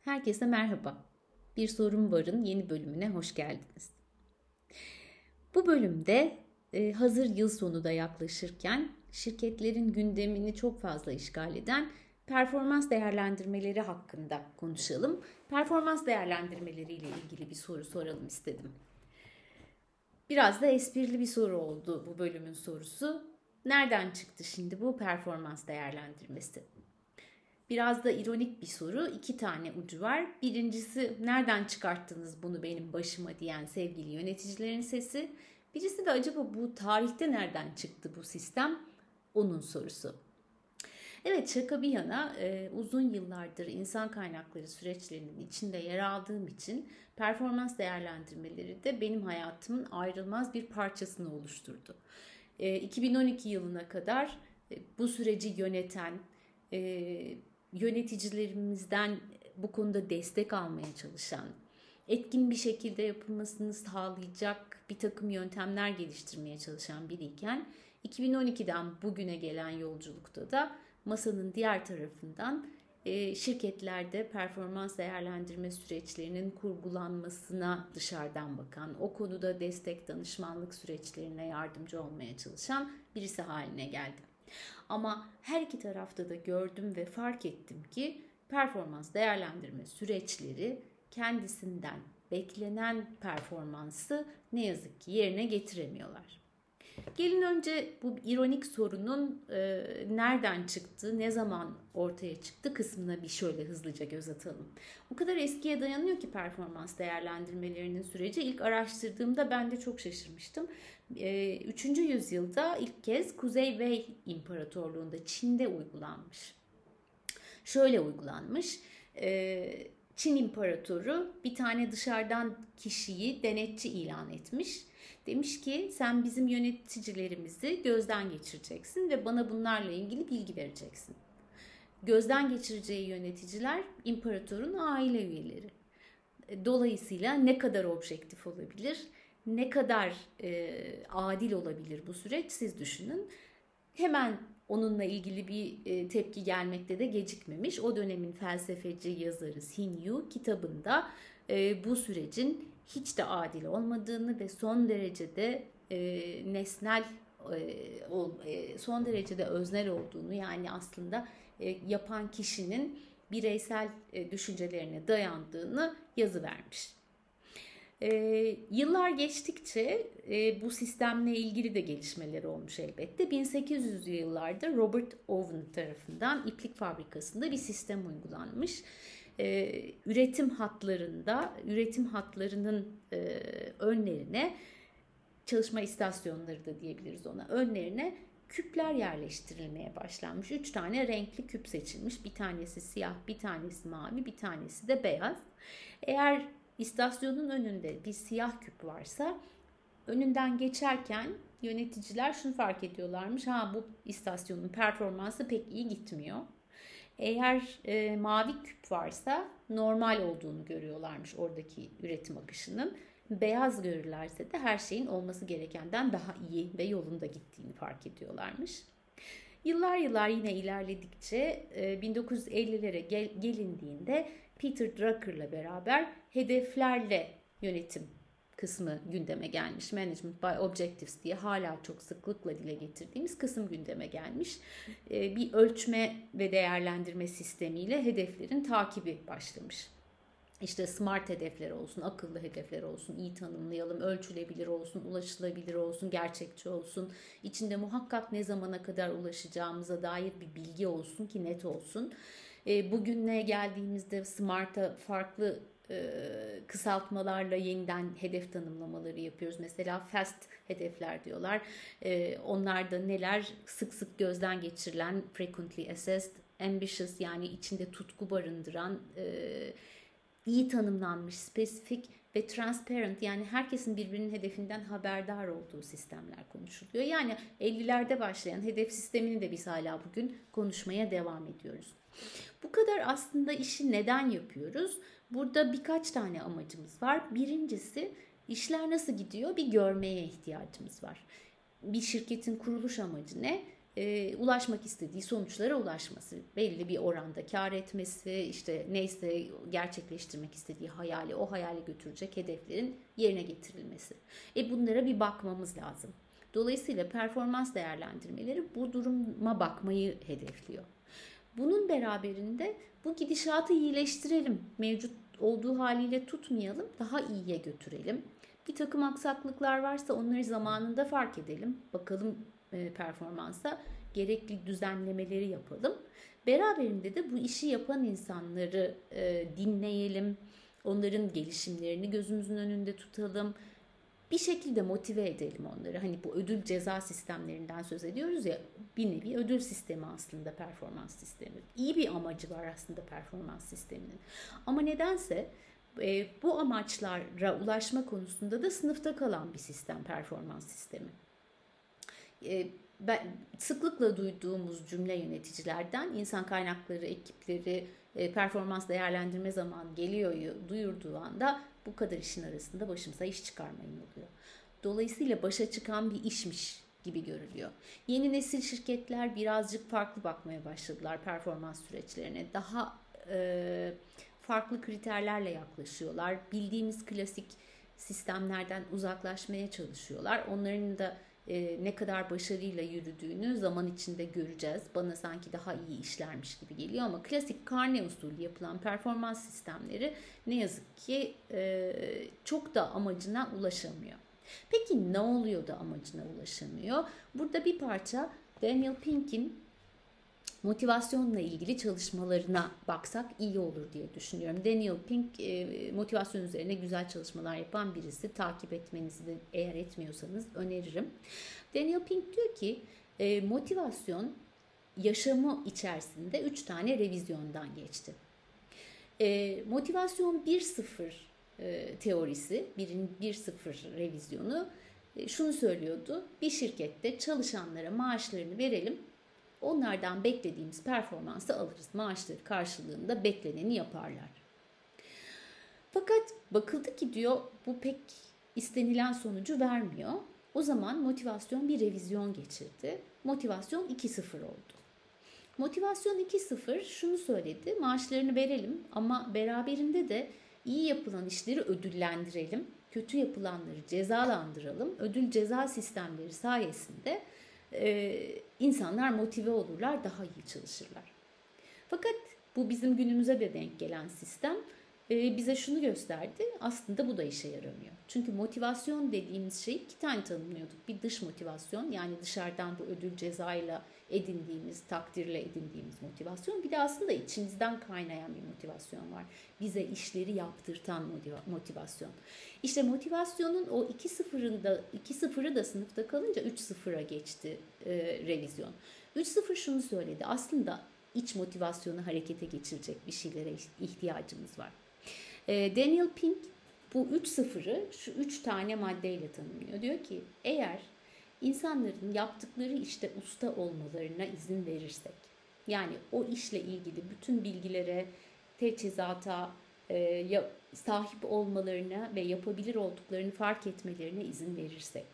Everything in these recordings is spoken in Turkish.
Herkese merhaba. Bir Sorun Var'ın yeni bölümüne hoş geldiniz. Bu bölümde hazır yıl sonu da yaklaşırken şirketlerin gündemini çok fazla işgal eden performans değerlendirmeleri hakkında konuşalım. Performans değerlendirmeleriyle ilgili bir soru soralım istedim. Biraz da esprili bir soru oldu bu bölümün sorusu. Nereden çıktı şimdi bu performans değerlendirmesi? Biraz da ironik bir soru. İki tane ucu var. Birincisi nereden çıkarttınız bunu benim başıma diyen sevgili yöneticilerin sesi. Birisi de acaba bu tarihte nereden çıktı bu sistem? Onun sorusu. Evet, şaka bir yana uzun yıllardır insan kaynakları süreçlerinin içinde yer aldığım için performans değerlendirmeleri de benim hayatımın ayrılmaz bir parçasını oluşturdu. 2012 yılına kadar bu süreci yöneten, yöneticilerimizden bu konuda destek almaya çalışan, etkin bir şekilde yapılmasını sağlayacak bir takım yöntemler geliştirmeye çalışan biriyken 2012'den bugüne gelen yolculukta da masanın diğer tarafından şirketlerde performans değerlendirme süreçlerinin kurgulanmasına dışarıdan bakan, o konuda destek danışmanlık süreçlerine yardımcı olmaya çalışan birisi haline geldim. Ama her iki tarafta da gördüm ve fark ettim ki performans değerlendirme süreçleri kendisinden beklenen performansı ne yazık ki yerine getiremiyorlar. Gelin önce bu ironik sorunun nereden çıktığı, ne zaman ortaya çıktı kısmına bir şöyle hızlıca göz atalım. O kadar eskiye dayanıyor ki performans değerlendirmelerinin süreci. İlk araştırdığımda ben de çok şaşırmıştım. 3. yüzyılda ilk kez Kuzey Wei İmparatorluğu'nda Çin'de uygulanmış. Şöyle uygulanmış. Çin İmparatoru bir tane dışarıdan kişiyi denetçi ilan etmiş. Demiş ki sen bizim yöneticilerimizi gözden geçireceksin ve bana bunlarla ilgili bilgi vereceksin. Gözden geçireceği yöneticiler imparatorun aile üyeleri. Dolayısıyla ne kadar objektif olabilir, ne kadar adil olabilir bu süreç siz düşünün. Hemen onunla ilgili bir tepki gelmekte de gecikmemiş. O dönemin felsefeci yazarı Xin Yu kitabında bu sürecin hiç de adil olmadığını ve son derece de nesnel, son derece de öznel olduğunu, yani aslında yapan kişinin bireysel düşüncelerine dayandığını yazı vermiş. Yıllar geçtikçe bu sistemle ilgili de gelişmeler olmuş elbette. 1800'lü yıllarda Robert Owen tarafından iplik fabrikasında bir sistem uygulanmış. Üretim hatlarının önlerine, çalışma istasyonları da diyebiliriz ona, önlerine küpler yerleştirilmeye başlanmış. 3 tane renkli küp seçilmiş. Bir tanesi siyah, bir tanesi mavi, bir tanesi de beyaz. Eğer İstasyonun önünde bir siyah küp varsa önünden geçerken yöneticiler şunu fark ediyorlarmış. Bu istasyonun performansı pek iyi gitmiyor. Eğer mavi küp varsa normal olduğunu görüyorlarmış oradaki üretim akışının. Beyaz görürlerse de her şeyin olması gerekenden daha iyi ve yolunda gittiğini fark ediyorlarmış. Yıllar yine ilerledikçe 1950'lere gelindiğinde Peter Drucker'la beraber hedeflerle yönetim kısmı gündeme gelmiş. Management by Objectives diye hala çok sıklıkla dile getirdiğimiz kısım gündeme gelmiş. Bir ölçme ve değerlendirme sistemiyle hedeflerin takibi başlamış. İşte smart hedefler olsun, akıllı hedefler olsun, iyi tanımlayalım, ölçülebilir olsun, ulaşılabilir olsun, gerçekçi olsun. İçinde muhakkak ne zamana kadar ulaşacağımıza dair bir bilgi olsun ki net olsun. Bugüne geldiğimizde smart'a farklı kısaltmalarla yeniden hedef tanımlamaları yapıyoruz. Mesela fast hedefler diyorlar. Onlar da neler? Sık sık gözden geçirilen, frequently assessed, ambitious, yani içinde tutku barındıran, iyi tanımlanmış, spesifik ve transparent, yani herkesin birbirinin hedefinden haberdar olduğu sistemler konuşuluyor. Yani 50'lerde başlayan hedef sistemini de biz hala bugün konuşmaya devam ediyoruz. Bu kadar aslında işi neden yapıyoruz? Burada birkaç tane amacımız var. Birincisi, işler nasıl gidiyor bir görmeye ihtiyacımız var. Bir şirketin kuruluş amacı ne? ulaşmak istediği sonuçlara ulaşması, belli bir oranda kar etmesi, işte neyse gerçekleştirmek istediği hayali, o hayale götürecek hedeflerin yerine getirilmesi. Bunlara bir bakmamız lazım. Dolayısıyla performans değerlendirmeleri bu duruma bakmayı hedefliyor. Bunun beraberinde bu gidişatı iyileştirelim, mevcut olduğu haliyle tutmayalım, daha iyiye götürelim. Bir takım aksaklıklar varsa onları zamanında fark edelim. Bakalım performansa gerekli düzenlemeleri yapalım. Beraberinde de bu işi yapan insanları dinleyelim. Onların gelişimlerini gözümüzün önünde tutalım. Bir şekilde motive edelim onları. Hani bu ödül ceza sistemlerinden söz ediyoruz ya, bir nevi ödül sistemi aslında performans sistemi. İyi bir amacı var aslında performans sisteminin. Ama nedense bu amaçlara ulaşma konusunda da sınıfta kalan bir sistem performans sistemi. Sıklıkla duyduğumuz cümle yöneticilerden insan kaynakları ekipleri performans değerlendirme zamanı geliyor duyurduğu anda bu kadar işin arasında başımıza iş çıkarmayın oluyor. Dolayısıyla başa çıkan bir işmiş gibi görülüyor. Yeni nesil şirketler birazcık farklı bakmaya başladılar performans süreçlerine. Daha farklı kriterlerle yaklaşıyorlar. Bildiğimiz klasik sistemlerden uzaklaşmaya çalışıyorlar. Onların da ne kadar başarıyla yürüdüğünü zaman içinde göreceğiz. Bana sanki daha iyi işlermiş gibi geliyor ama klasik karne usulü yapılan performans sistemleri ne yazık ki çok da amacına ulaşamıyor. Peki ne oluyor da amacına ulaşamıyor? Burada bir parça Daniel Pink'in motivasyonla ilgili çalışmalarına baksak iyi olur diye düşünüyorum. Daniel Pink motivasyon üzerine güzel çalışmalar yapan birisi. Takip etmenizi de eğer etmiyorsanız öneririm. Daniel Pink diyor ki motivasyon yaşamı içerisinde 3 tane revizyondan geçti. Motivasyon 1.0 teorisi, 1.0 revizyonu şunu söylüyordu. Bir şirkette çalışanlara maaşlarını verelim. Onlardan beklediğimiz performansı alırız. Maaşları karşılığında bekleneni yaparlar. Fakat bakıldı ki diyor bu pek istenilen sonucu vermiyor. O zaman motivasyon bir revizyon geçirdi. Motivasyon 2.0 oldu. Motivasyon 2.0 şunu söyledi. Maaşlarını verelim ama beraberinde de iyi yapılan işleri ödüllendirelim. Kötü yapılanları cezalandıralım. Ödül ceza sistemleri sayesinde insanlar motive olurlar, daha iyi çalışırlar. Fakat bu bizim günümüze de denk gelen sistem bize şunu gösterdi. Aslında bu da işe yaramıyor. Çünkü motivasyon dediğimiz şey 2 tane tanımlıyorduk. Bir dış motivasyon, yani dışarıdan bu ödül cezayla edindiğimiz, takdirle edindiğimiz motivasyon. Bir de aslında içimizden kaynayan bir motivasyon var. Bize işleri yaptırtan motivasyon. İşte motivasyonun o 2.0'ı da sınıfta kalınca 3.0'a geçti revizyon. 3.0 şunu söyledi. Aslında iç motivasyonu harekete geçirecek bir şeylere ihtiyacımız var. Daniel Pink bu 3.0'ı şu 3 tane maddeyle tanımlıyor. Diyor ki eğer insanların yaptıkları işte usta olmalarına izin verirsek, yani o işle ilgili bütün bilgilere, teçhizata sahip olmalarına ve yapabilir olduklarını fark etmelerine izin verirsek,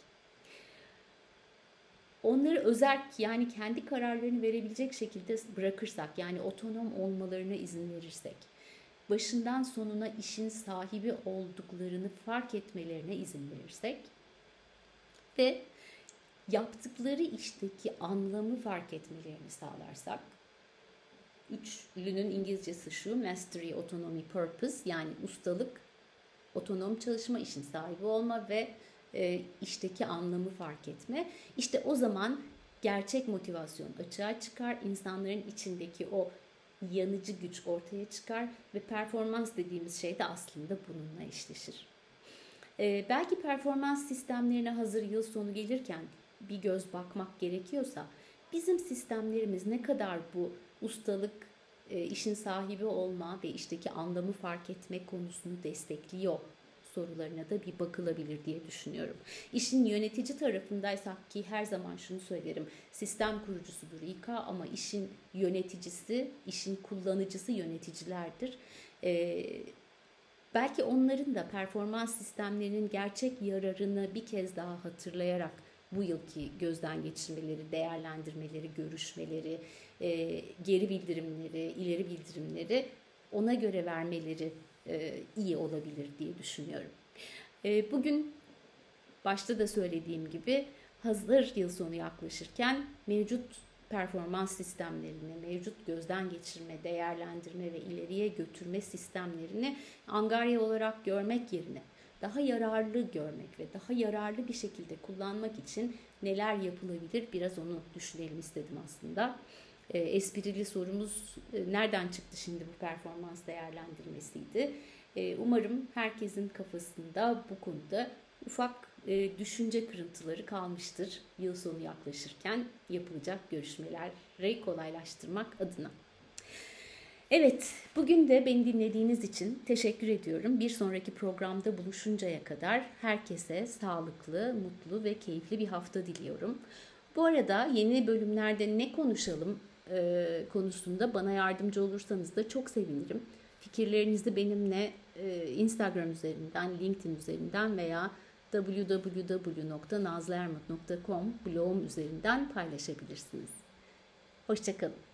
onları özerk, yani kendi kararlarını verebilecek şekilde bırakırsak, yani otonom olmalarına izin verirsek, başından sonuna işin sahibi olduklarını fark etmelerine izin verirsek ve yaptıkları işteki anlamı fark etmelerini sağlarsak, üçlünün İngilizcesi şu: mastery, autonomy, purpose, yani ustalık, otonom çalışma, işin sahibi olma ve işteki anlamı fark etme. İşte o zaman gerçek motivasyon açığa çıkar, insanların içindeki o yanıcı güç ortaya çıkar ve performans dediğimiz şey de aslında bununla eşleşir. Belki performans sistemlerine hazır yıl sonu gelirken bir göz bakmak gerekiyorsa, bizim sistemlerimiz ne kadar bu ustalık, işin sahibi olma ve işteki anlamı fark etme konusunu destekliyor sorularına da bir bakılabilir diye düşünüyorum. İşin yönetici tarafındaysak, ki her zaman şunu söylerim, sistem kurucusudur İK ama işin yöneticisi, işin kullanıcısı yöneticilerdir. Belki onların da performans sistemlerinin gerçek yararını bir kez daha hatırlayarak bu yılki gözden geçirmeleri, değerlendirmeleri, görüşmeleri, geri bildirimleri, ileri bildirimleri ona göre vermeleri iyi olabilir diye düşünüyorum. Bugün başta da söylediğim gibi hazır yıl sonu yaklaşırken mevcut performans sistemlerini, mevcut gözden geçirme, değerlendirme ve ileriye götürme sistemlerini angarya olarak görmek yerine daha yararlı görmek ve daha yararlı bir şekilde kullanmak için neler yapılabilir biraz onu düşünelim istedim aslında. Esprili sorumuz nereden çıktı şimdi bu performans değerlendirmesiydi. Umarım herkesin kafasında bu konuda ufak düşünce kırıntıları kalmıştır yıl sonu yaklaşırken yapılacak görüşmeleri kolaylaştırmak adına. Evet, bugün de beni dinlediğiniz için teşekkür ediyorum. Bir sonraki programda buluşuncaya kadar herkese sağlıklı, mutlu ve keyifli bir hafta diliyorum. Bu arada yeni bölümlerde ne konuşalım konusunda bana yardımcı olursanız da çok sevinirim. Fikirlerinizi benimle Instagram üzerinden, LinkedIn üzerinden veya www.nazlıermat.com blogum üzerinden paylaşabilirsiniz. Hoşça kalın.